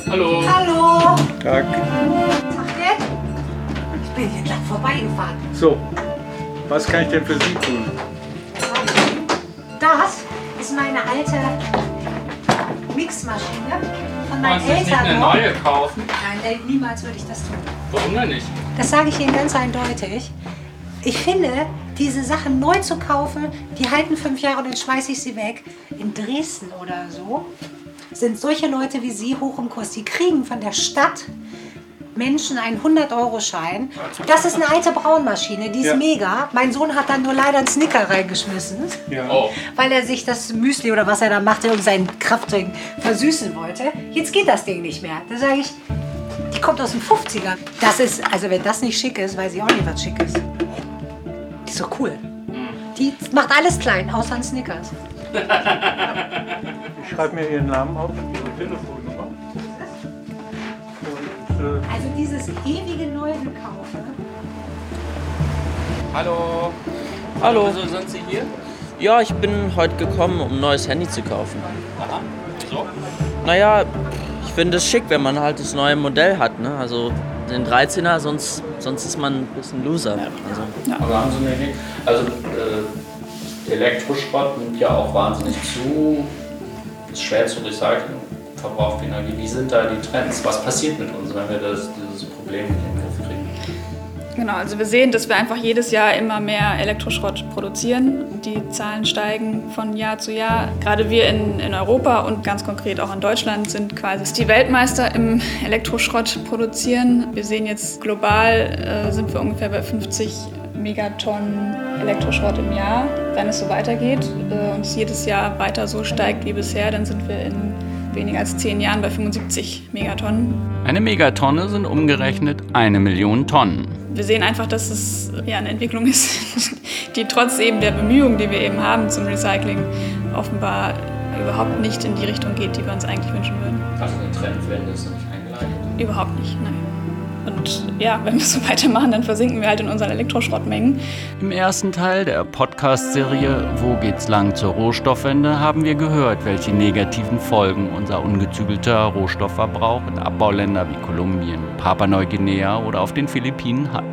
Hallo. Hallo. Tag. Tag, Dad. Ich bin hier glatt vorbeigefahren. So, was kann ich denn für Sie tun? Das ist meine alte Mixmaschine von meinen Wollen Sie sich nicht Eltern. eine neue kaufen? Nein, niemals würde ich das tun. Warum denn nicht? Das sage ich Ihnen ganz eindeutig. Ich finde, diese Sachen neu zu kaufen, die halten 5 Jahre und dann schmeiße ich sie weg. In Dresden oder so sind solche Leute wie Sie hoch im Kurs. Die kriegen von der Stadt Menschen einen 100-Euro-Schein. Das ist eine alte Braunmaschine, die ist mega. Mein Sohn hat dann nur leider einen Snicker reingeschmissen, weil er sich das Müsli oder was er da machte, irgendeinen Krafttrink versüßen wollte. Jetzt geht das Ding nicht mehr. Da sage ich, die kommt aus den 50ern. Das ist, also wenn das nicht schick ist, weiß ich auch nicht, was schick ist. Die ist doch cool. Die macht alles klein, außer ein Snickers. Ich schreibe mir Ihren Namen auf, Ihre Telefonnummer. Und, Also dieses ewige Neugekaufe. Hallo. Hallo. Wieso sind Sie hier? Ja, ich bin heute gekommen, um ein neues Handy zu kaufen. Aha. Wieso? Naja, ich finde es schick, wenn man halt das neue Modell hat, ne? Also den 13er, sonst ist man ein bisschen Loser. Also. Aber haben Sie eine Idee? Also Elektroschrott nimmt ja auch wahnsinnig zu, ist schwer zu recyceln, verbraucht viel Energie. Wie sind da die Trends? Was passiert mit uns, wenn wir dieses Problem nicht in den Griff kriegen? Genau, also wir sehen, dass wir einfach jedes Jahr immer mehr Elektroschrott produzieren. Die Zahlen steigen von Jahr zu Jahr. Gerade wir in Europa und ganz konkret auch in Deutschland sind quasi die Weltmeister im Elektroschrott produzieren. Wir sehen jetzt global sind wir ungefähr bei 50 Megatonnen Elektroschrott im Jahr. Wenn es so weitergeht und es jedes Jahr weiter so steigt wie bisher, dann sind wir in weniger als 10 Jahren bei 75 Megatonnen. Eine Megatonne sind umgerechnet 1 Million Tonnen. Wir sehen einfach, dass es eine Entwicklung ist, die trotz eben der Bemühungen, die wir eben haben zum Recycling, offenbar überhaupt nicht in die Richtung geht, die wir uns eigentlich wünschen würden. Also eine Trendwende ist noch nicht eingeleitet? Überhaupt nicht, nein. Und ja, wenn wir so weitermachen, dann versinken wir halt in unseren Elektroschrottmengen. Im ersten Teil der Podcast-Serie Wo geht's lang zur Rohstoffwende haben wir gehört, welche negativen Folgen unser ungezügelter Rohstoffverbrauch in Abbauländer wie Kolumbien, Papua-Neuguinea oder auf den Philippinen hat.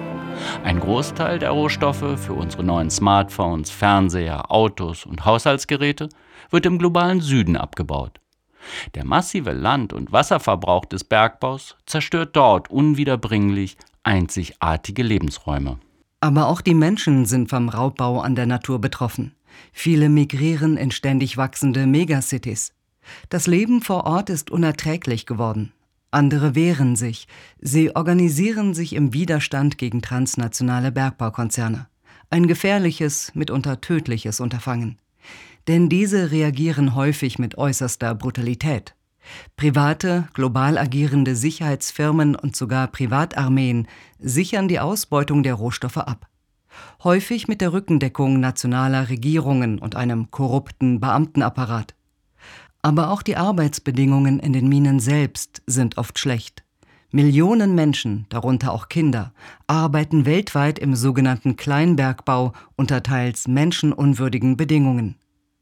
Ein Großteil der Rohstoffe für unsere neuen Smartphones, Fernseher, Autos und Haushaltsgeräte wird im globalen Süden abgebaut. Der massive Land- und Wasserverbrauch des Bergbaus zerstört dort unwiederbringlich einzigartige Lebensräume. Aber auch die Menschen sind vom Raubbau an der Natur betroffen. Viele migrieren in ständig wachsende Megacities. Das Leben vor Ort ist unerträglich geworden. Andere wehren sich. Sie organisieren sich im Widerstand gegen transnationale Bergbaukonzerne. Ein gefährliches, mitunter tödliches Unterfangen. Denn diese reagieren häufig mit äußerster Brutalität. Private, global agierende Sicherheitsfirmen und sogar Privatarmeen sichern die Ausbeutung der Rohstoffe ab. Häufig mit der Rückendeckung nationaler Regierungen und einem korrupten Beamtenapparat. Aber auch die Arbeitsbedingungen in den Minen selbst sind oft schlecht. Millionen Menschen, darunter auch Kinder, arbeiten weltweit im sogenannten Kleinbergbau unter teils menschenunwürdigen Bedingungen.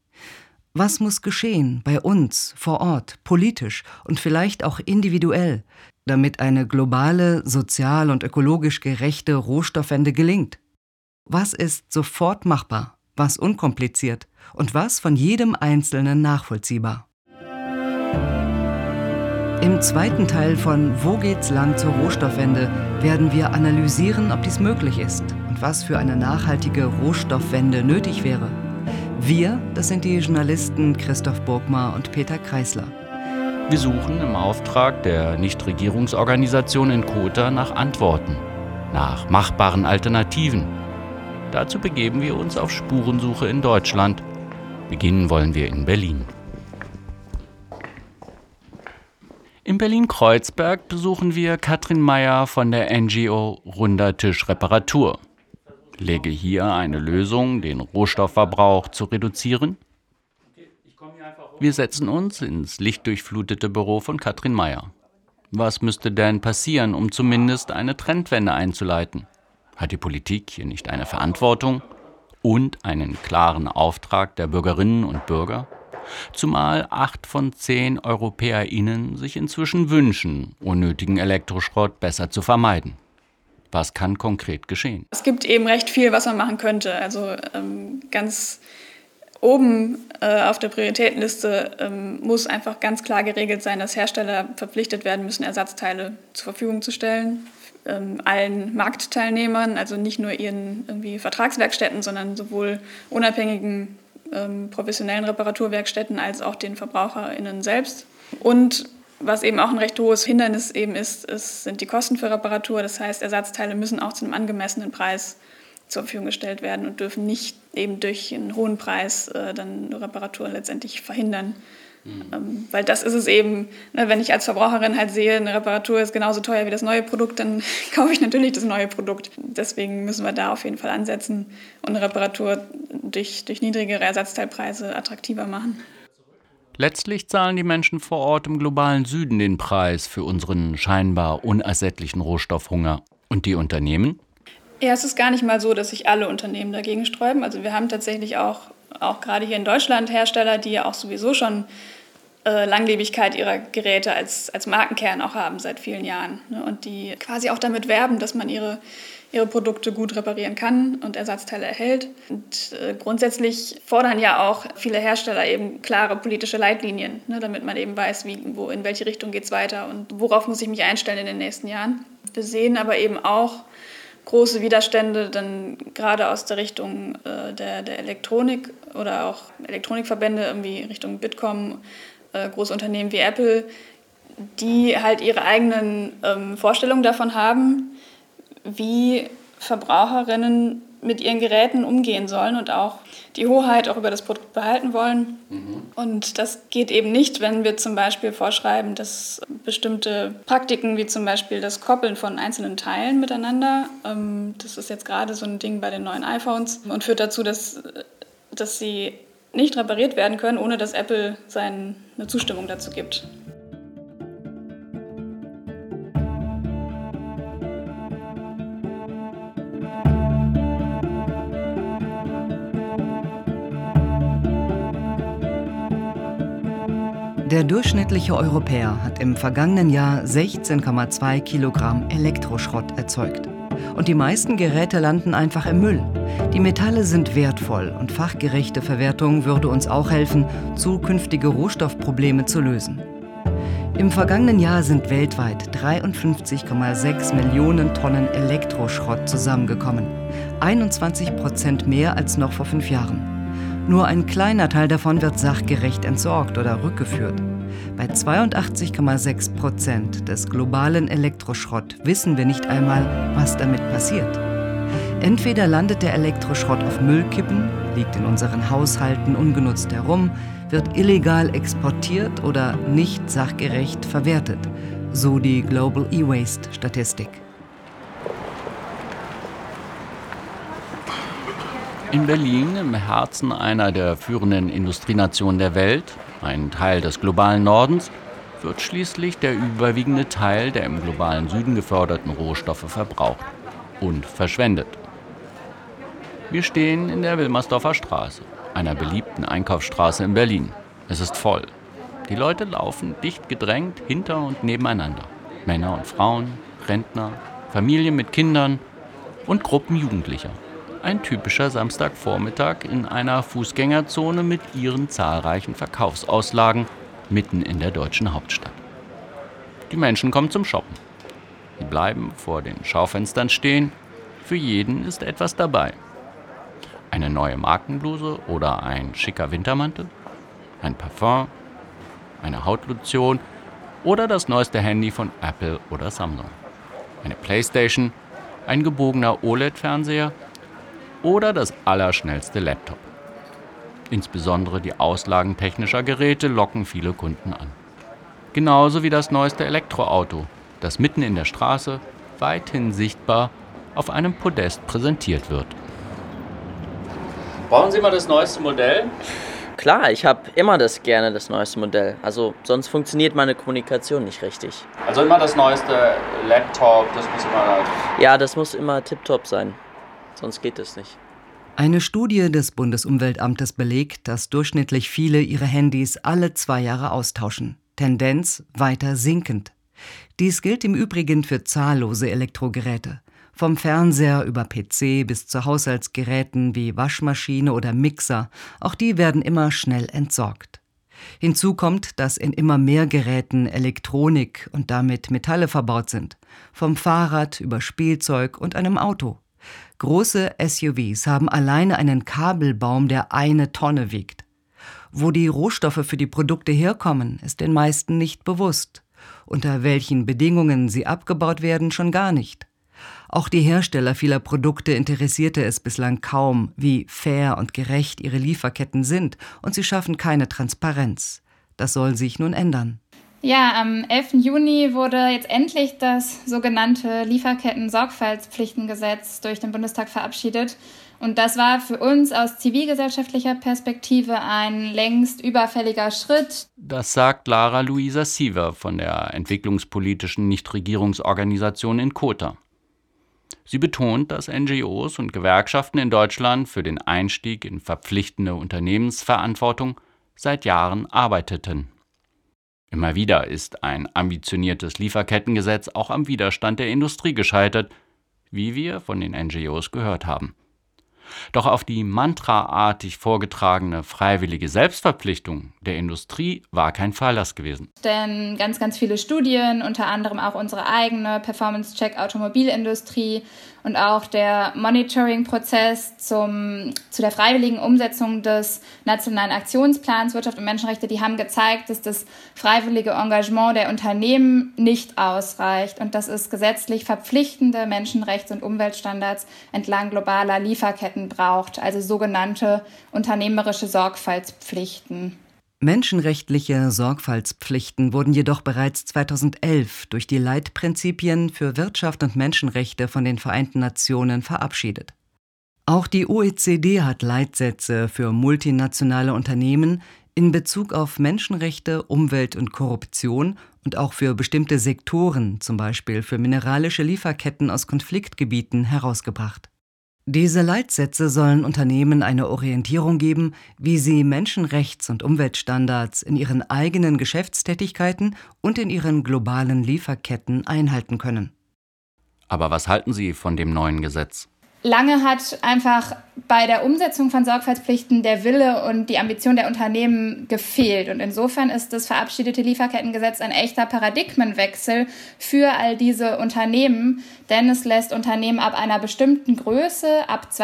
Was muss geschehen bei uns, vor Ort, politisch und vielleicht auch individuell, damit eine globale, sozial und ökologisch gerechte Rohstoffwende gelingt? Was ist sofort machbar, was unkompliziert und was von jedem Einzelnen nachvollziehbar? Im zweiten Teil von Wo geht's lang zur Rohstoffwende werden wir analysieren, ob dies möglich ist und was für eine nachhaltige Rohstoffwende nötig wäre. Wir, das sind die Journalisten Christoph Burgmar und Peter Kreisler. Wir suchen im Auftrag der Nichtregierungsorganisation in Kota nach Antworten, nach machbaren Alternativen. Dazu begeben wir uns auf Spurensuche in Deutschland. Beginnen wollen wir in Berlin. In Berlin-Kreuzberg besuchen wir Katrin Meyer von der NGO Runder Tisch Reparatur. Läge hier eine Lösung, den Rohstoffverbrauch zu reduzieren? Wir setzen uns ins lichtdurchflutete Büro von Katrin Meyer. Was müsste denn passieren, um zumindest eine Trendwende einzuleiten? Hat die Politik hier nicht eine Verantwortung und einen klaren Auftrag der Bürgerinnen und Bürger? Zumal 8 von 10 EuropäerInnen sich inzwischen wünschen, unnötigen Elektroschrott besser zu vermeiden. Was kann konkret geschehen? Es gibt eben recht viel, was man machen könnte. Also ganz oben auf der Prioritätenliste muss einfach ganz klar geregelt sein, dass Hersteller verpflichtet werden müssen, Ersatzteile zur Verfügung zu stellen. Allen Marktteilnehmern, also nicht nur ihren irgendwie Vertragswerkstätten, sondern sowohl unabhängigen professionellen Reparaturwerkstätten als auch den VerbraucherInnen selbst. Und was eben auch ein recht hohes Hindernis eben sind die Kosten für Reparatur. Das heißt, Ersatzteile müssen auch zu einem angemessenen Preis zur Verfügung gestellt werden und dürfen nicht eben durch einen hohen Preis dann eine Reparatur letztendlich verhindern. Weil das ist es eben, ne, wenn ich als Verbraucherin halt sehe, eine Reparatur ist genauso teuer wie das neue Produkt, dann kaufe ich natürlich das neue Produkt. Deswegen müssen wir da auf jeden Fall ansetzen und eine Reparatur durch niedrigere Ersatzteilpreise attraktiver machen. Letztlich zahlen die Menschen vor Ort im globalen Süden den Preis für unseren scheinbar unersättlichen Rohstoffhunger. Und die Unternehmen? Ja, es ist gar nicht mal so, dass sich alle Unternehmen dagegen sträuben. Also wir haben tatsächlich auch gerade hier in Deutschland Hersteller, die ja auch sowieso schon Langlebigkeit ihrer Geräte als Markenkern auch haben seit vielen Jahren. Ne? Und die quasi auch damit werben, dass man ihre Produkte gut reparieren kann und Ersatzteile erhält. Und grundsätzlich fordern ja auch viele Hersteller eben klare politische Leitlinien, ne? Damit man eben weiß, in welche Richtung geht es weiter und worauf muss ich mich einstellen in den nächsten Jahren. Wir sehen aber eben auch große Widerstände, dann gerade aus der Richtung der Elektronik oder auch Elektronikverbände, irgendwie Richtung Bitkom, große Unternehmen wie Apple, die halt ihre eigenen Vorstellungen davon haben, wie Verbraucherinnen mit ihren Geräten umgehen sollen und auch die Hoheit auch über das Produkt behalten wollen. Und das geht eben nicht, wenn wir zum Beispiel vorschreiben, dass bestimmte Praktiken, wie zum Beispiel das Koppeln von einzelnen Teilen miteinander, das ist jetzt gerade so ein Ding bei den neuen iPhones und führt dazu, dass sie nicht repariert werden können, ohne dass Apple eine Zustimmung dazu gibt. Der durchschnittliche Europäer hat im vergangenen Jahr 16,2 Kilogramm Elektroschrott erzeugt. Und die meisten Geräte landen einfach im Müll. Die Metalle sind wertvoll und fachgerechte Verwertung würde uns auch helfen, zukünftige Rohstoffprobleme zu lösen. Im vergangenen Jahr sind weltweit 53,6 Millionen Tonnen Elektroschrott zusammengekommen. 21% mehr als noch vor 5 Jahren. Nur ein kleiner Teil davon wird sachgerecht entsorgt oder rückgeführt. Bei 82,6% des globalen Elektroschrott wissen wir nicht einmal, was damit passiert. Entweder landet der Elektroschrott auf Müllkippen, liegt in unseren Haushalten ungenutzt herum, wird illegal exportiert oder nicht sachgerecht verwertet, so die Global E-Waste-Statistik. In Berlin, im Herzen einer der führenden Industrienationen der Welt, ein Teil des globalen Nordens, wird schließlich der überwiegende Teil der im globalen Süden geförderten Rohstoffe verbraucht und verschwendet. Wir stehen in der Wilmersdorfer Straße, einer beliebten Einkaufsstraße in Berlin. Es ist voll. Die Leute laufen dicht gedrängt hinter und nebeneinander. Männer und Frauen, Rentner, Familien mit Kindern und Gruppen Jugendlicher. Ein typischer Samstagvormittag in einer Fußgängerzone mit ihren zahlreichen Verkaufsauslagen mitten in der deutschen Hauptstadt. Die Menschen kommen zum Shoppen. Sie bleiben vor den Schaufenstern stehen. Für jeden ist etwas dabei. Eine neue Markenbluse oder ein schicker Wintermantel, ein Parfum, eine Hautlotion oder das neueste Handy von Apple oder Samsung. Eine Playstation, ein gebogener OLED-Fernseher oder das allerschnellste Laptop. Insbesondere die Auslagen technischer Geräte locken viele Kunden an. Genauso wie das neueste Elektroauto, das mitten in der Straße, weithin sichtbar, auf einem Podest präsentiert wird. Brauchen Sie mal das neueste Modell? Klar, ich habe immer das neueste Modell. Also sonst funktioniert meine Kommunikation nicht richtig. Also immer das neueste Laptop, das muss immer... Ja, das muss immer tipptopp sein. Sonst geht es nicht. Eine Studie des Bundesumweltamtes belegt, dass durchschnittlich viele ihre Handys alle 2 Jahre austauschen. Tendenz weiter sinkend. Dies gilt im Übrigen für zahllose Elektrogeräte. Vom Fernseher über PC bis zu Haushaltsgeräten wie Waschmaschine oder Mixer. Auch die werden immer schnell entsorgt. Hinzu kommt, dass in immer mehr Geräten Elektronik und damit Metalle verbaut sind. Vom Fahrrad über Spielzeug und einem Auto. Große SUVs haben alleine einen Kabelbaum, der 1 Tonne wiegt. Wo die Rohstoffe für die Produkte herkommen, ist den meisten nicht bewusst. Unter welchen Bedingungen sie abgebaut werden, schon gar nicht. Auch die Hersteller vieler Produkte interessierte es bislang kaum, wie fair und gerecht ihre Lieferketten sind, und sie schaffen keine Transparenz. Das soll sich nun ändern. Ja, am 11. Juni wurde jetzt endlich das sogenannte Lieferketten-Sorgfaltspflichtengesetz durch den Bundestag verabschiedet. Und das war für uns aus zivilgesellschaftlicher Perspektive ein längst überfälliger Schritt. Das sagt Lara Luisa Siever von der entwicklungspolitischen Nichtregierungsorganisation Inkota. Sie betont, dass NGOs und Gewerkschaften in Deutschland für den Einstieg in verpflichtende Unternehmensverantwortung seit Jahren arbeiteten. Immer wieder ist ein ambitioniertes Lieferkettengesetz auch am Widerstand der Industrie gescheitert, wie wir von den NGOs gehört haben. Doch auf die mantraartig vorgetragene freiwillige Selbstverpflichtung der Industrie war kein Verlass gewesen. Denn ganz, ganz viele Studien, unter anderem auch unsere eigene Performance-Check Automobilindustrie und auch der Monitoring-Prozess zu der freiwilligen Umsetzung des Nationalen Aktionsplans Wirtschaft und Menschenrechte, die haben gezeigt, dass das freiwillige Engagement der Unternehmen nicht ausreicht und dass es gesetzlich verpflichtende Menschenrechts- und Umweltstandards entlang globaler Lieferketten braucht, also sogenannte unternehmerische Sorgfaltspflichten. Menschenrechtliche Sorgfaltspflichten wurden jedoch bereits 2011 durch die Leitprinzipien für Wirtschaft und Menschenrechte von den Vereinten Nationen verabschiedet. Auch die OECD hat Leitsätze für multinationale Unternehmen in Bezug auf Menschenrechte, Umwelt und Korruption und auch für bestimmte Sektoren, zum Beispiel für mineralische Lieferketten aus Konfliktgebieten, herausgebracht. Diese Leitsätze sollen Unternehmen eine Orientierung geben, wie sie Menschenrechts- und Umweltstandards in ihren eigenen Geschäftstätigkeiten und in ihren globalen Lieferketten einhalten können. Aber was halten Sie von dem neuen Gesetz? Lange hat einfach bei der Umsetzung von Sorgfaltspflichten der Wille und die Ambition der Unternehmen gefehlt. Und insofern ist das verabschiedete Lieferkettengesetz ein echter Paradigmenwechsel für all diese Unternehmen, denn es lässt Unternehmen ab einer bestimmten Größe, ab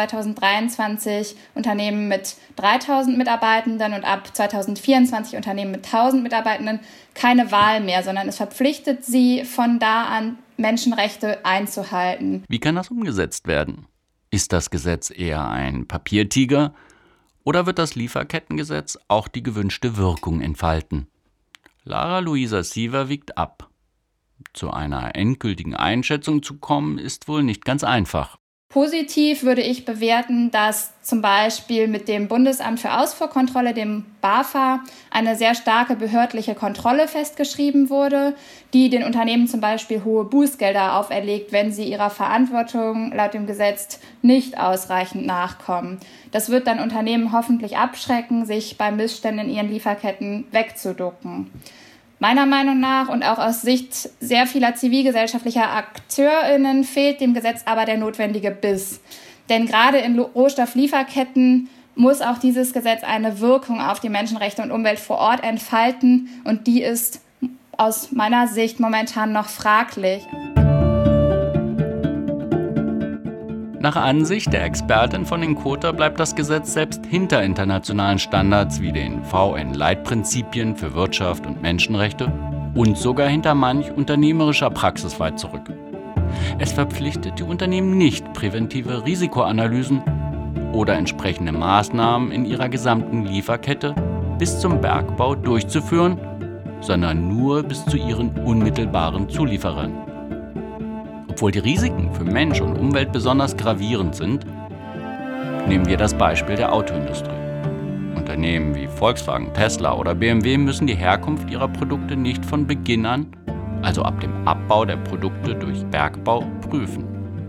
2023 Unternehmen mit 3.000 Mitarbeitenden und ab 2024 Unternehmen mit 1.000 Mitarbeitenden keine Wahl mehr, sondern es verpflichtet sie von da an, Menschenrechte einzuhalten. Wie kann das umgesetzt werden? Ist das Gesetz eher ein Papiertiger oder wird das Lieferkettengesetz auch die gewünschte Wirkung entfalten? Lara Luisa Siever wiegt ab. Zu einer endgültigen Einschätzung zu kommen, ist wohl nicht ganz einfach. Positiv würde ich bewerten, dass zum Beispiel mit dem Bundesamt für Ausfuhrkontrolle, dem BAFA, eine sehr starke behördliche Kontrolle festgeschrieben wurde, die den Unternehmen zum Beispiel hohe Bußgelder auferlegt, wenn sie ihrer Verantwortung laut dem Gesetz nicht ausreichend nachkommen. Das wird dann Unternehmen hoffentlich abschrecken, sich bei Missständen in ihren Lieferketten wegzuducken. Meiner Meinung nach und auch aus Sicht sehr vieler zivilgesellschaftlicher AkteurInnen fehlt dem Gesetz aber der notwendige Biss. Denn gerade in Rohstofflieferketten muss auch dieses Gesetz eine Wirkung auf die Menschenrechte und Umwelt vor Ort entfalten und die ist aus meiner Sicht momentan noch fraglich. Nach Ansicht der Expertin von Inkota bleibt das Gesetz selbst hinter internationalen Standards wie den VN-Leitprinzipien für Wirtschaft und Menschenrechte und sogar hinter manch unternehmerischer Praxis weit zurück. Es verpflichtet die Unternehmen nicht, präventive Risikoanalysen oder entsprechende Maßnahmen in ihrer gesamten Lieferkette bis zum Bergbau durchzuführen, sondern nur bis zu ihren unmittelbaren Zulieferern. Obwohl die Risiken für Mensch und Umwelt besonders gravierend sind, nehmen wir das Beispiel der Autoindustrie. Unternehmen wie Volkswagen, Tesla oder BMW müssen die Herkunft ihrer Produkte nicht von Beginn an, also ab dem Abbau der Produkte durch Bergbau, prüfen.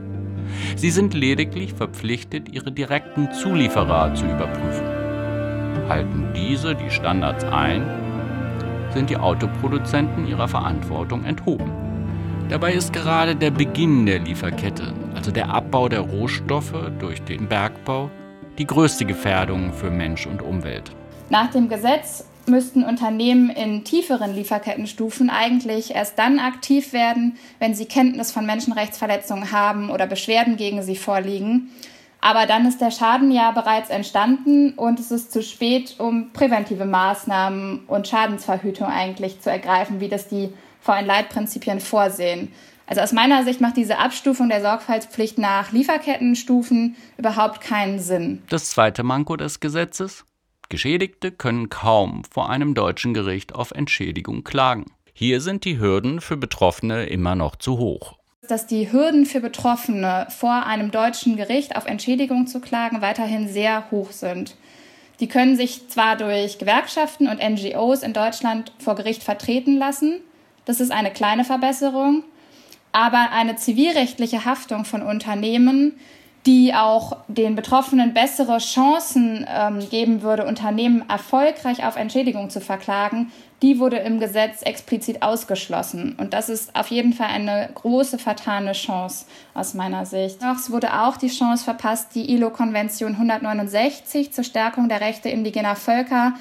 Sie sind lediglich verpflichtet, ihre direkten Zulieferer zu überprüfen. Halten diese die Standards ein, sind die Autoproduzenten ihrer Verantwortung enthoben. Dabei ist gerade der Beginn der Lieferkette, also der Abbau der Rohstoffe durch den Bergbau, die größte Gefährdung für Mensch und Umwelt. Nach dem Gesetz müssten Unternehmen in tieferen Lieferkettenstufen eigentlich erst dann aktiv werden, wenn sie Kenntnis von Menschenrechtsverletzungen haben oder Beschwerden gegen sie vorliegen. Aber dann ist der Schaden ja bereits entstanden und es ist zu spät, um präventive Maßnahmen und Schadensverhütung eigentlich zu ergreifen, wie das die VN-Leitprinzipien vorsehen. Also aus meiner Sicht macht diese Abstufung der Sorgfaltspflicht nach Lieferkettenstufen überhaupt keinen Sinn. Das zweite Manko des Gesetzes: Geschädigte können kaum vor einem deutschen Gericht auf Entschädigung klagen. Hier sind die Hürden für Betroffene immer noch zu hoch. Dass die Hürden für Betroffene, vor einem deutschen Gericht auf Entschädigung zu klagen, weiterhin sehr hoch sind. Die können sich zwar durch Gewerkschaften und NGOs in Deutschland vor Gericht vertreten lassen, das ist eine kleine Verbesserung, aber eine zivilrechtliche Haftung von Unternehmen, die auch den Betroffenen bessere Chancen geben würde, Unternehmen erfolgreich auf Entschädigung zu verklagen, die wurde im Gesetz explizit ausgeschlossen. Und das ist auf jeden Fall eine große vertane Chance aus meiner Sicht. Es wurde auch die Chance verpasst, die ILO-Konvention 169 zur Stärkung der Rechte indigener Völker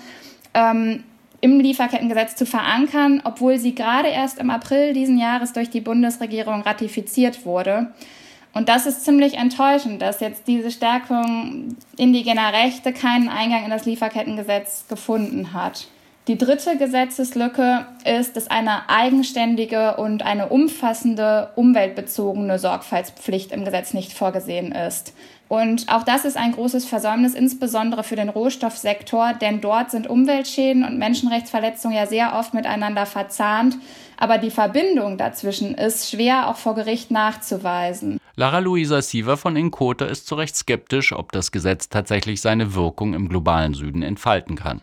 im Lieferkettengesetz zu verankern, obwohl sie gerade erst im April diesen Jahres durch die Bundesregierung ratifiziert wurde. Und das ist ziemlich enttäuschend, dass jetzt diese Stärkung indigener Rechte keinen Eingang in das Lieferkettengesetz gefunden hat. Die dritte Gesetzeslücke ist, dass eine eigenständige und eine umfassende umweltbezogene Sorgfaltspflicht im Gesetz nicht vorgesehen ist. Und auch das ist ein großes Versäumnis, insbesondere für den Rohstoffsektor, denn dort sind Umweltschäden und Menschenrechtsverletzungen ja sehr oft miteinander verzahnt. Aber die Verbindung dazwischen ist schwer auch vor Gericht nachzuweisen. Lara Luisa Siever von Inkota ist zu Recht skeptisch, ob das Gesetz tatsächlich seine Wirkung im globalen Süden entfalten kann.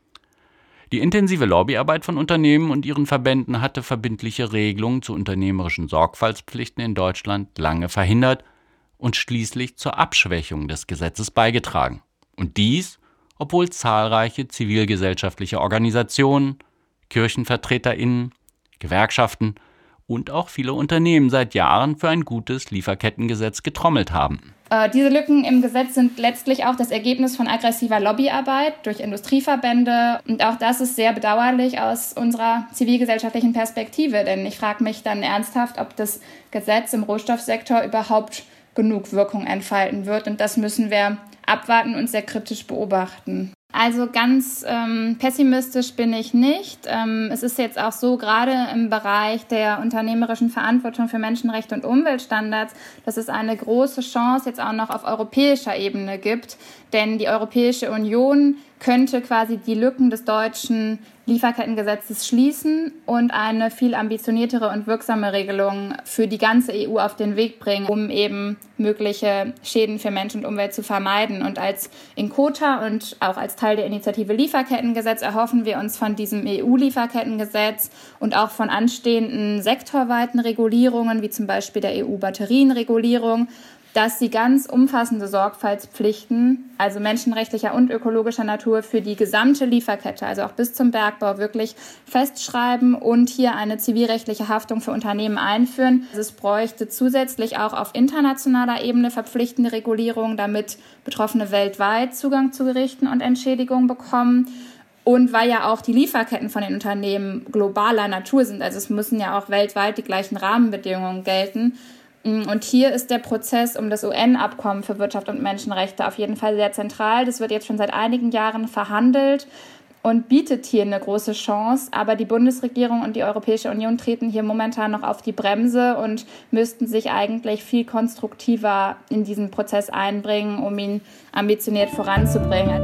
Die intensive Lobbyarbeit von Unternehmen und ihren Verbänden hatte verbindliche Regelungen zu unternehmerischen Sorgfaltspflichten in Deutschland lange verhindert und schließlich zur Abschwächung des Gesetzes beigetragen. Und dies, obwohl zahlreiche zivilgesellschaftliche Organisationen, KirchenvertreterInnen, Gewerkschaften und auch viele Unternehmen seit Jahren für ein gutes Lieferkettengesetz getrommelt haben. Diese Lücken im Gesetz sind letztlich auch das Ergebnis von aggressiver Lobbyarbeit durch Industrieverbände. Und auch das ist sehr bedauerlich aus unserer zivilgesellschaftlichen Perspektive. Denn ich frage mich dann ernsthaft, ob das Gesetz im Rohstoffsektor überhaupt genug Wirkung entfalten wird. Und das müssen wir abwarten und sehr kritisch beobachten. Also ganz pessimistisch bin ich nicht. Es ist jetzt auch so, gerade im Bereich der unternehmerischen Verantwortung für Menschenrechte und Umweltstandards, dass es eine große Chance jetzt auch noch auf europäischer Ebene gibt. Denn die Europäische Union könnte quasi die Lücken des deutschen Lieferkettengesetzes schließen und eine viel ambitioniertere und wirksame Regelung für die ganze EU auf den Weg bringen, um eben mögliche Schäden für Mensch und Umwelt zu vermeiden. Und als Inkota und auch als Teil der Initiative Lieferkettengesetz erhoffen wir uns von diesem EU-Lieferkettengesetz und auch von anstehenden sektorweiten Regulierungen, wie zum Beispiel der EU-Batterienregulierung, dass sie ganz umfassende Sorgfaltspflichten, also menschenrechtlicher und ökologischer Natur, für die gesamte Lieferkette, also auch bis zum Bergbau, wirklich festschreiben und hier eine zivilrechtliche Haftung für Unternehmen einführen. Es bräuchte zusätzlich auch auf internationaler Ebene verpflichtende Regulierungen, damit Betroffene weltweit Zugang zu Gerichten und Entschädigungen bekommen. Und weil ja auch die Lieferketten von den Unternehmen globaler Natur sind, also es müssen ja auch weltweit die gleichen Rahmenbedingungen gelten. Und hier ist der Prozess um das UN-Abkommen für Wirtschaft und Menschenrechte auf jeden Fall sehr zentral. Das wird jetzt schon seit einigen Jahren verhandelt und bietet hier eine große Chance. Aber die Bundesregierung und die Europäische Union treten hier momentan noch auf die Bremse und müssten sich eigentlich viel konstruktiver in diesen Prozess einbringen, um ihn ambitioniert voranzubringen.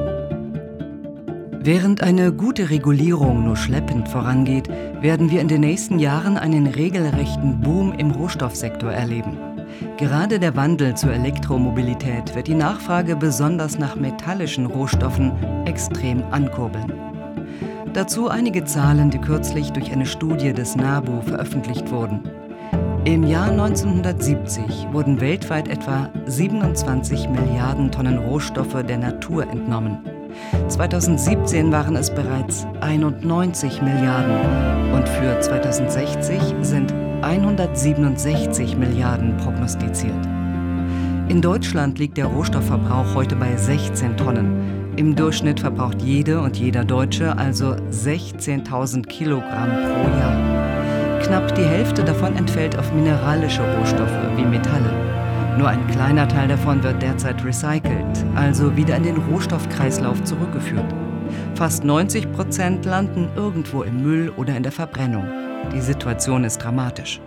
Während eine gute Regulierung nur schleppend vorangeht, werden wir in den nächsten Jahren einen regelrechten Boom im Rohstoffsektor erleben. Gerade der Wandel zur Elektromobilität wird die Nachfrage besonders nach metallischen Rohstoffen extrem ankurbeln. Dazu einige Zahlen, die kürzlich durch eine Studie des NABU veröffentlicht wurden. Im Jahr 1970 wurden weltweit etwa 27 Milliarden Tonnen Rohstoffe der Natur entnommen. 2017 waren es bereits 91 Milliarden und für 2060 sind 167 Milliarden prognostiziert. In Deutschland liegt der Rohstoffverbrauch heute bei 16 Tonnen. Im Durchschnitt verbraucht jede und jeder Deutsche also 16.000 Kilogramm pro Jahr. Knapp die Hälfte davon entfällt auf mineralische Rohstoffe wie Metalle. Nur ein kleiner Teil davon wird derzeit recycelt, also wieder in den Rohstoffkreislauf zurückgeführt. Fast 90% landen irgendwo im Müll oder in der Verbrennung. Die Situation ist dramatisch.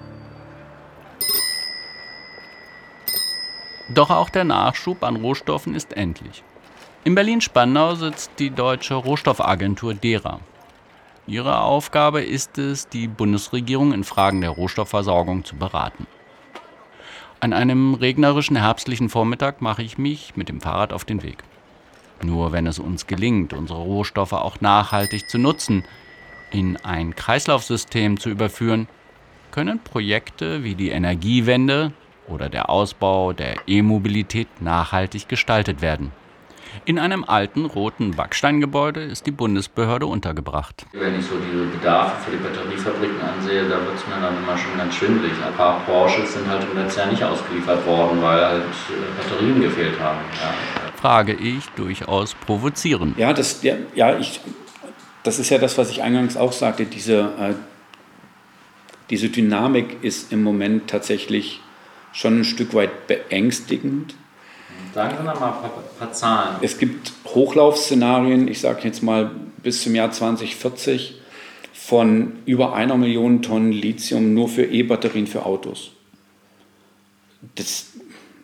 Doch auch der Nachschub an Rohstoffen ist endlich. In Berlin-Spandau sitzt die deutsche Rohstoffagentur DERA. Ihre Aufgabe ist es, die Bundesregierung in Fragen der Rohstoffversorgung zu beraten. An einem regnerischen herbstlichen Vormittag mache ich mich mit dem Fahrrad auf den Weg. Nur wenn es uns gelingt, unsere Rohstoffe auch nachhaltig zu nutzen, in ein Kreislaufsystem zu überführen, können Projekte wie die Energiewende oder der Ausbau der E-Mobilität nachhaltig gestaltet werden. In einem alten roten Backsteingebäude ist die Bundesbehörde untergebracht. Wenn ich so diese Bedarfe für die Batteriefabriken ansehe, da wird es mir dann immer schon ganz schwindelig. Ein paar Porsches sind halt im letzten Jahr nicht ausgeliefert worden, weil halt Batterien gefehlt haben. Ja. Frage ich durchaus provozierend. Ja, das ist ja das, was ich eingangs auch sagte. Diese Dynamik ist im Moment tatsächlich schon ein Stück weit beängstigend. Sagen Sie noch mal ein paar Zahlen. Es gibt Hochlaufszenarien, ich sage jetzt mal bis zum Jahr 2040, von über 1 Million Tonnen Lithium nur für E-Batterien für Autos. Das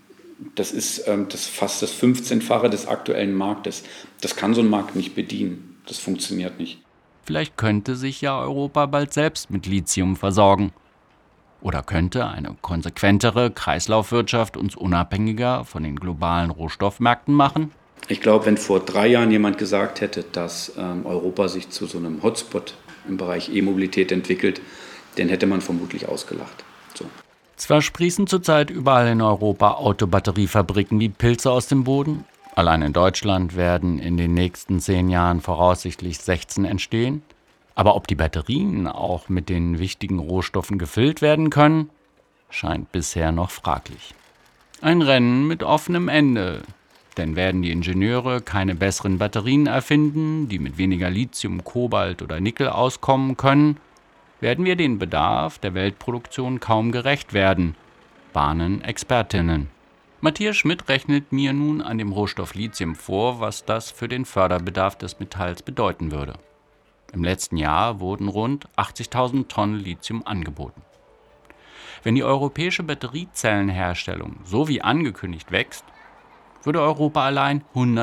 ist fast das 15-fache des aktuellen Marktes. Das kann so ein Markt nicht bedienen. Das funktioniert nicht. Vielleicht könnte sich ja Europa bald selbst mit Lithium versorgen. Oder könnte eine konsequentere Kreislaufwirtschaft uns unabhängiger von den globalen Rohstoffmärkten machen? Ich glaube, wenn vor 3 Jahren jemand gesagt hätte, dass Europa sich zu so einem Hotspot im Bereich E-Mobilität entwickelt, den hätte man vermutlich ausgelacht. So. Zwar sprießen zurzeit überall in Europa Autobatteriefabriken wie Pilze aus dem Boden. Allein in Deutschland werden in den nächsten 10 Jahren voraussichtlich 16 entstehen. Aber ob die Batterien auch mit den wichtigen Rohstoffen gefüllt werden können, scheint bisher noch fraglich. Ein Rennen mit offenem Ende. Denn werden die Ingenieure keine besseren Batterien erfinden, die mit weniger Lithium, Kobalt oder Nickel auskommen können, werden wir den Bedarf der Weltproduktion kaum gerecht werden, warnen Expertinnen. Matthias Schmidt rechnet mir nun an dem Rohstoff Lithium vor, was das für den Förderbedarf des Metalls bedeuten würde. Im letzten Jahr wurden rund 80.000 Tonnen Lithium angeboten. Wenn die europäische Batteriezellenherstellung so wie angekündigt wächst, würde Europa allein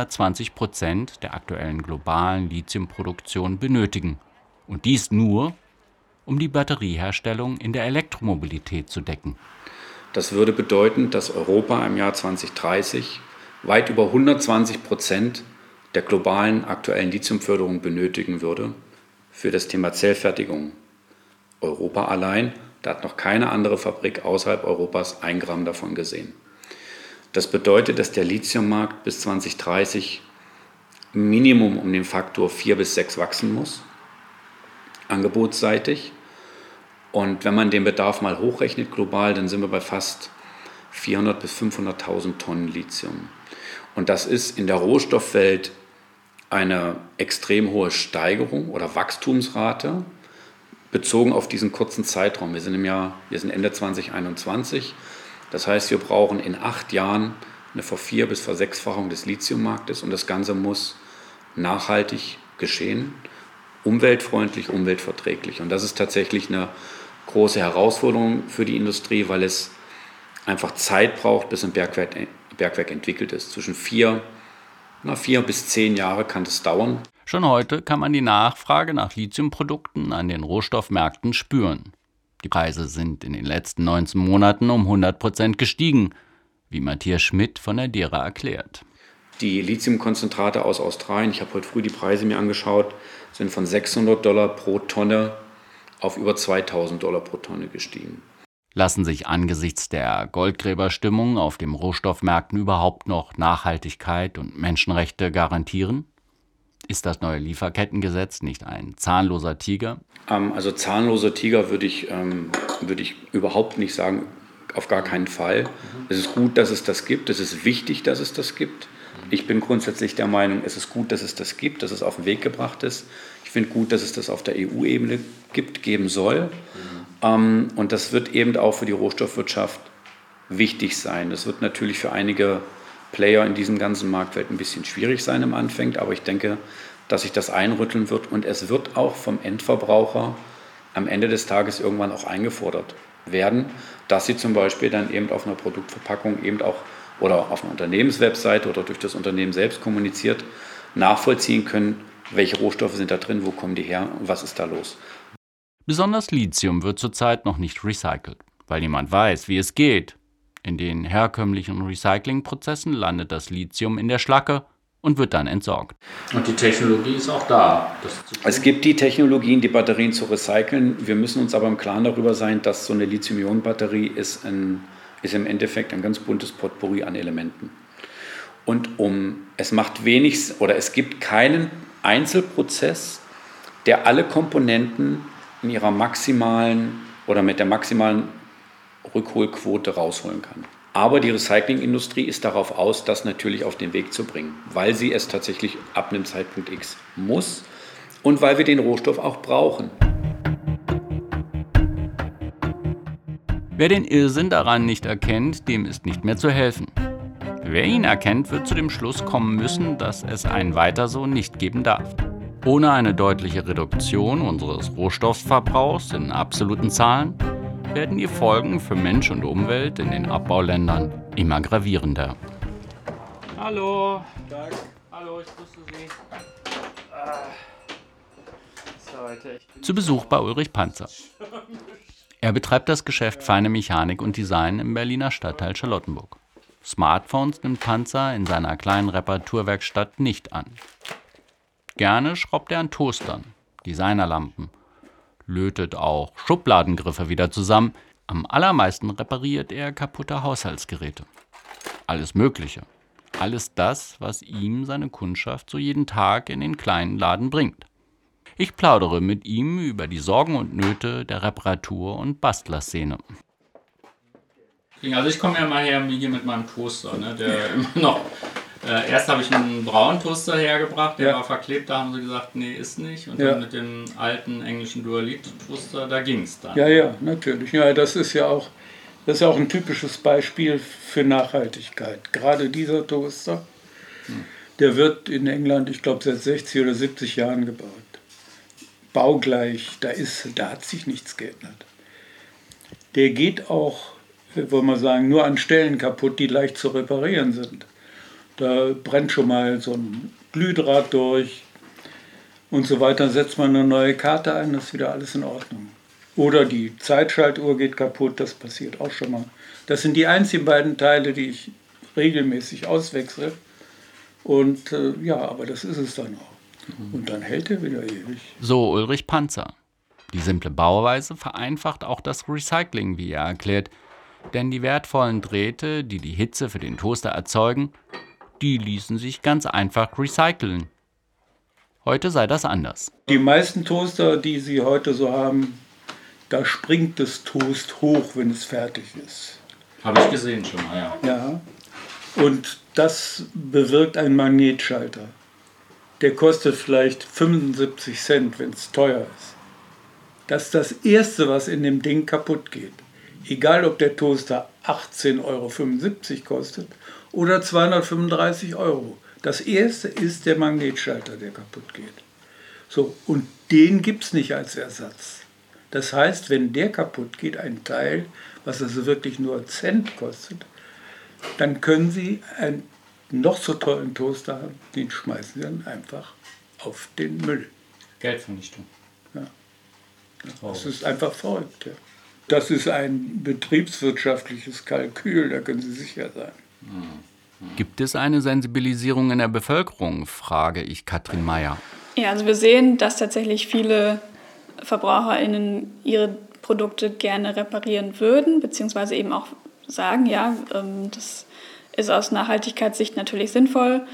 120% der aktuellen globalen Lithiumproduktion benötigen. Und dies nur, um die Batterieherstellung in der Elektromobilität zu decken. Das würde bedeuten, dass Europa im Jahr 2030 weit über 120% der globalen aktuellen Lithiumförderung benötigen würde für das Thema Zellfertigung. Europa allein, da hat noch keine andere Fabrik außerhalb Europas 1 Gramm davon gesehen. Das bedeutet, dass der Lithiummarkt bis 2030 Minimum um den Faktor 4 bis 6 wachsen muss, angebotsseitig. Und wenn man den Bedarf mal hochrechnet global, dann sind wir bei fast 400.000 bis 500.000 Tonnen Lithium. Und das ist in der Rohstoffwelt eine extrem hohe Steigerung oder Wachstumsrate bezogen auf diesen kurzen Zeitraum. Wir sind Ende 2021. Das heißt, wir brauchen in 8 Jahren eine Ver-4- bis Ver-6-fachung des Lithiummarktes und das Ganze muss nachhaltig geschehen, umweltfreundlich, umweltverträglich. Und das ist tatsächlich eine große Herausforderung für die Industrie, weil es einfach Zeit braucht, bis ein Bergwerk entwickelt ist. Zwischen 4 bis 10 Jahre kann das dauern. Schon heute kann man die Nachfrage nach Lithiumprodukten an den Rohstoffmärkten spüren. Die Preise sind in den letzten 19 Monaten um 100% gestiegen, wie Matthias Schmidt von der DERA erklärt. Die Lithiumkonzentrate aus Australien, ich habe heute früh die Preise mir angeschaut, sind von $600 pro Tonne auf über $2.000 pro Tonne gestiegen. Lassen sich angesichts der Goldgräberstimmung auf den Rohstoffmärkten überhaupt noch Nachhaltigkeit und Menschenrechte garantieren? Ist das neue Lieferkettengesetz nicht ein zahnloser Tiger? Also zahnloser Tiger würde ich überhaupt nicht sagen, auf gar keinen Fall. Es ist gut, dass es das gibt, es ist wichtig, dass es das gibt. Ich bin grundsätzlich der Meinung, es ist gut, dass es das gibt, dass es auf den Weg gebracht ist. Ich finde gut, dass es das auf der EU-Ebene geben soll. Und das wird eben auch für die Rohstoffwirtschaft wichtig sein. Das wird natürlich für einige Player in diesem ganzen Marktfeld ein bisschen schwierig sein am Anfang, aber ich denke, dass sich das einrütteln wird und es wird auch vom Endverbraucher am Ende des Tages irgendwann auch eingefordert werden, dass sie zum Beispiel dann eben auf einer Produktverpackung eben auch oder auf einer Unternehmenswebseite oder durch das Unternehmen selbst kommuniziert, nachvollziehen können, welche Rohstoffe sind da drin, wo kommen die her und was ist da los. Besonders Lithium wird zurzeit noch nicht recycelt, weil niemand weiß, wie es geht. In den herkömmlichen Recyclingprozessen landet das Lithium in der Schlacke und wird dann entsorgt. Und die Technologie ist auch da. Es gibt die Technologien, die Batterien zu recyceln. Wir müssen uns aber im Klaren darüber sein, dass so eine Lithium-Ionen-Batterie ist im Endeffekt ein ganz buntes Potpourri an Elementen. Und es gibt keinen Einzelprozess, der alle Komponenten in ihrer maximalen oder mit der maximalen Rückholquote rausholen kann. Aber die Recyclingindustrie ist darauf aus, das natürlich auf den Weg zu bringen, weil sie es tatsächlich ab einem Zeitpunkt X muss und weil wir den Rohstoff auch brauchen. Wer den Irrsinn daran nicht erkennt, dem ist nicht mehr zu helfen. Wer ihn erkennt, wird zu dem Schluss kommen müssen, dass es ein Weiter so nicht geben darf. Ohne eine deutliche Reduktion unseres Rohstoffverbrauchs in absoluten Zahlen werden die Folgen für Mensch und Umwelt in den Abbauländern immer gravierender. Hallo. Tag. Hallo, ich grüße Sie. Zu Besuch bei Ulrich Panzer. Er betreibt das Geschäft Feine Mechanik und Design im Berliner Stadtteil Charlottenburg. Smartphones nimmt Panzer in seiner kleinen Reparaturwerkstatt nicht an. Gerne schraubt er an Toastern, Designerlampen, lötet auch Schubladengriffe wieder zusammen. Am allermeisten repariert er kaputte Haushaltsgeräte. Alles Mögliche. Alles das, was ihm seine Kundschaft so jeden Tag in den kleinen Laden bringt. Ich plaudere mit ihm über die Sorgen und Nöte der Reparatur- und Bastlerszene. Also ich komme ja mal her hier mit meinem Toaster, ne, der immer noch... erst habe ich einen braunen Toaster hergebracht, der war verklebt, da haben sie gesagt, nee, ist nicht. Und dann mit dem alten englischen Dualit-Toaster, da ging es dann. Ja, natürlich. Ja, das ist ja auch ein typisches Beispiel für Nachhaltigkeit. Gerade dieser Toaster, der wird in England, ich glaube, seit 60 oder 70 Jahren gebaut. Baugleich, da hat sich nichts geändert. Der geht auch, wollen wir sagen, nur an Stellen kaputt, die leicht zu reparieren sind. Da brennt schon mal so ein Glühdraht durch und so weiter. Setzt man eine neue Karte ein, das ist wieder alles in Ordnung. Oder die Zeitschaltuhr geht kaputt, das passiert auch schon mal. Das sind die einzigen beiden Teile, die ich regelmäßig auswechsle. Und aber das ist es dann auch. Und dann hält er wieder ewig. So Ulrich Panzer. Die simple Bauweise vereinfacht auch das Recycling, wie er erklärt. Denn die wertvollen Drähte, die die Hitze für den Toaster erzeugen, die ließen sich ganz einfach recyceln. Heute sei das anders. Die meisten Toaster, die Sie heute so haben, da springt das Toast hoch, wenn es fertig ist. Habe ich gesehen schon mal, ja. Ja, und das bewirkt einen Magnetschalter. Der kostet vielleicht 75 Cent, wenn es teuer ist. Das ist das Erste, was in dem Ding kaputt geht. Egal, ob der Toaster 18,75 € kostet oder 235 €. Das Erste ist der Magnetschalter, der kaputt geht. So, und den gibt es nicht als Ersatz. Das heißt, wenn der kaputt geht, ein Teil, was also wirklich nur Cent kostet, dann können Sie einen noch so tollen Toaster haben, den schmeißen Sie dann einfach auf den Müll. Geldvernichtung. Ja. Das ist einfach verrückt. Ja. Das ist ein betriebswirtschaftliches Kalkül, da können Sie sicher sein. Gibt es eine Sensibilisierung in der Bevölkerung, frage ich Katrin Meyer. Ja, also wir sehen, dass tatsächlich viele VerbraucherInnen ihre Produkte gerne reparieren würden, beziehungsweise eben auch sagen, ja, das ist aus Nachhaltigkeitssicht natürlich sinnvoll,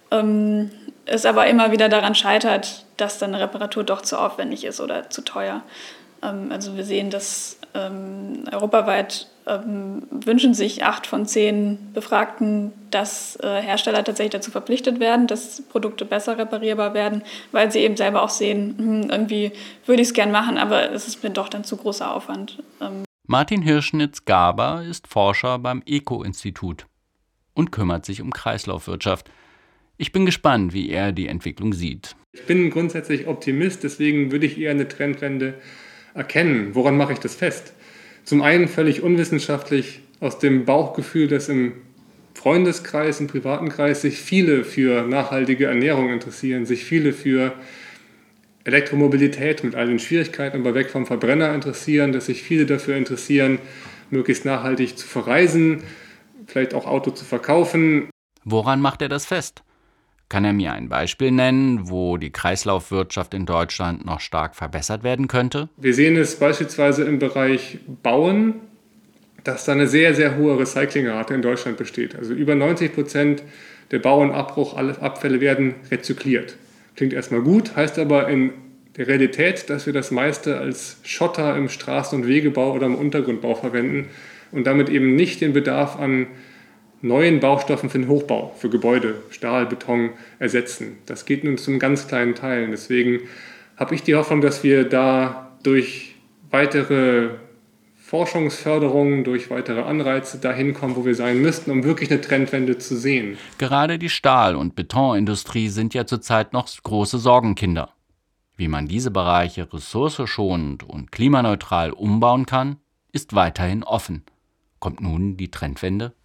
es aber immer wieder daran scheitert, dass dann eine Reparatur doch zu aufwendig ist oder zu teuer. Also wir sehen, dass europaweit wünschen sich 8 von 10 Befragten, dass Hersteller tatsächlich dazu verpflichtet werden, dass Produkte besser reparierbar werden, weil sie eben selber auch sehen, irgendwie würde ich es gern machen, aber es ist mir doch dann zu großer Aufwand. Martin Hirschnitz-Garber ist Forscher beim ECO-Institut und kümmert sich um Kreislaufwirtschaft. Ich bin gespannt, wie er die Entwicklung sieht. Ich bin grundsätzlich Optimist, deswegen würde ich eher eine Trendwende erkennen. Woran mache ich das fest? Zum einen völlig unwissenschaftlich aus dem Bauchgefühl, dass im Freundeskreis, im privaten Kreis sich viele für nachhaltige Ernährung interessieren, sich viele für Elektromobilität mit all den Schwierigkeiten, aber weg vom Verbrenner interessieren, dass sich viele dafür interessieren, möglichst nachhaltig zu verreisen, vielleicht auch Auto zu verkaufen. Woran macht er das fest? Kann er mir ein Beispiel nennen, wo die Kreislaufwirtschaft in Deutschland noch stark verbessert werden könnte? Wir sehen es beispielsweise im Bereich Bauen, dass da eine sehr, sehr hohe Recyclingrate in Deutschland besteht. Also über 90% der Bau- und Abfälle werden rezykliert. Klingt erstmal gut, heißt aber in der Realität, dass wir das meiste als Schotter im Straßen- und Wegebau oder im Untergrundbau verwenden und damit eben nicht den Bedarf an neuen Baustoffen für den Hochbau, für Gebäude, Stahl, Beton ersetzen. Das geht nun zum ganz kleinen Teil. Deswegen habe ich die Hoffnung, dass wir da durch weitere Forschungsförderung, durch weitere Anreize dahin kommen, wo wir sein müssten, um wirklich eine Trendwende zu sehen. Gerade die Stahl- und Betonindustrie sind ja zurzeit noch große Sorgenkinder. Wie man diese Bereiche ressourcenschonend und klimaneutral umbauen kann, ist weiterhin offen. Kommt nun die Trendwende?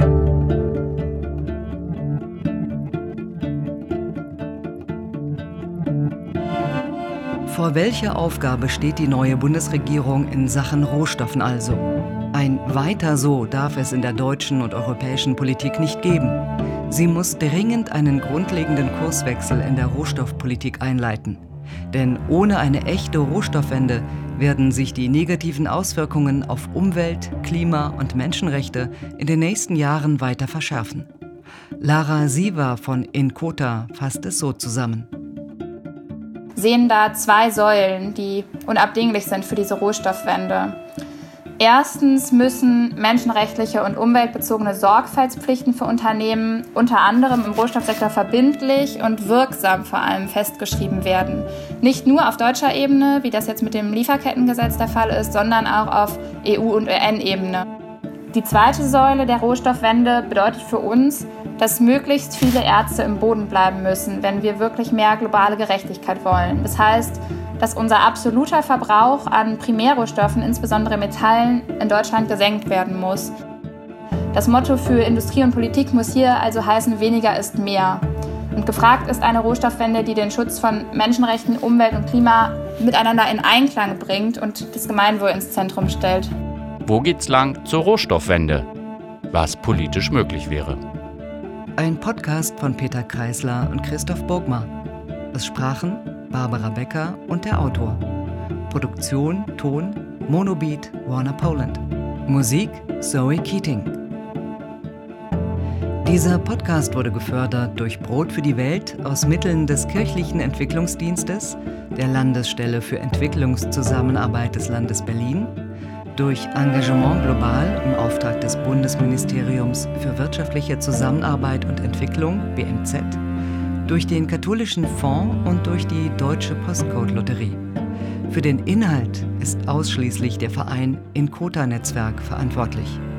Vor welcher Aufgabe steht die neue Bundesregierung in Sachen Rohstoffen also? Ein Weiter so darf es in der deutschen und europäischen Politik nicht geben. Sie muss dringend einen grundlegenden Kurswechsel in der Rohstoffpolitik einleiten. Denn ohne eine echte Rohstoffwende werden sich die negativen Auswirkungen auf Umwelt, Klima und Menschenrechte in den nächsten Jahren weiter verschärfen. Lara Siever von Inkota fasst es so zusammen. Sehen da 2 Säulen, die unabdinglich sind für diese Rohstoffwende. Erstens müssen menschenrechtliche und umweltbezogene Sorgfaltspflichten für Unternehmen unter anderem im Rohstoffsektor verbindlich und wirksam vor allem festgeschrieben werden. Nicht nur auf deutscher Ebene, wie das jetzt mit dem Lieferkettengesetz der Fall ist, sondern auch auf EU- und UN-Ebene. Die zweite Säule der Rohstoffwende bedeutet für uns, dass möglichst viele Ärzte im Boden bleiben müssen, wenn wir wirklich mehr globale Gerechtigkeit wollen. Das heißt, dass unser absoluter Verbrauch an Primärrohstoffen, insbesondere Metallen, in Deutschland gesenkt werden muss. Das Motto für Industrie und Politik muss hier also heißen, weniger ist mehr. Und gefragt ist eine Rohstoffwende, die den Schutz von Menschenrechten, Umwelt und Klima miteinander in Einklang bringt und das Gemeinwohl ins Zentrum stellt. Wo geht's lang zur Rohstoffwende? Was politisch möglich wäre. Ein Podcast von Peter Kreisler und Christoph Burgmar. Es sprachen Barbara Becker und der Autor. Produktion, Ton, Monobeat, Warner Poland. Musik, Zoe Keating. Dieser Podcast wurde gefördert durch Brot für die Welt aus Mitteln des Kirchlichen Entwicklungsdienstes, der Landesstelle für Entwicklungszusammenarbeit des Landes Berlin, durch Engagement Global im Auftrag des Bundesministeriums für wirtschaftliche Zusammenarbeit und Entwicklung, BMZ, durch den Katholischen Fonds und durch die Deutsche Postcode-Lotterie. Für den Inhalt ist ausschließlich der Verein Inkota-Netzwerk verantwortlich.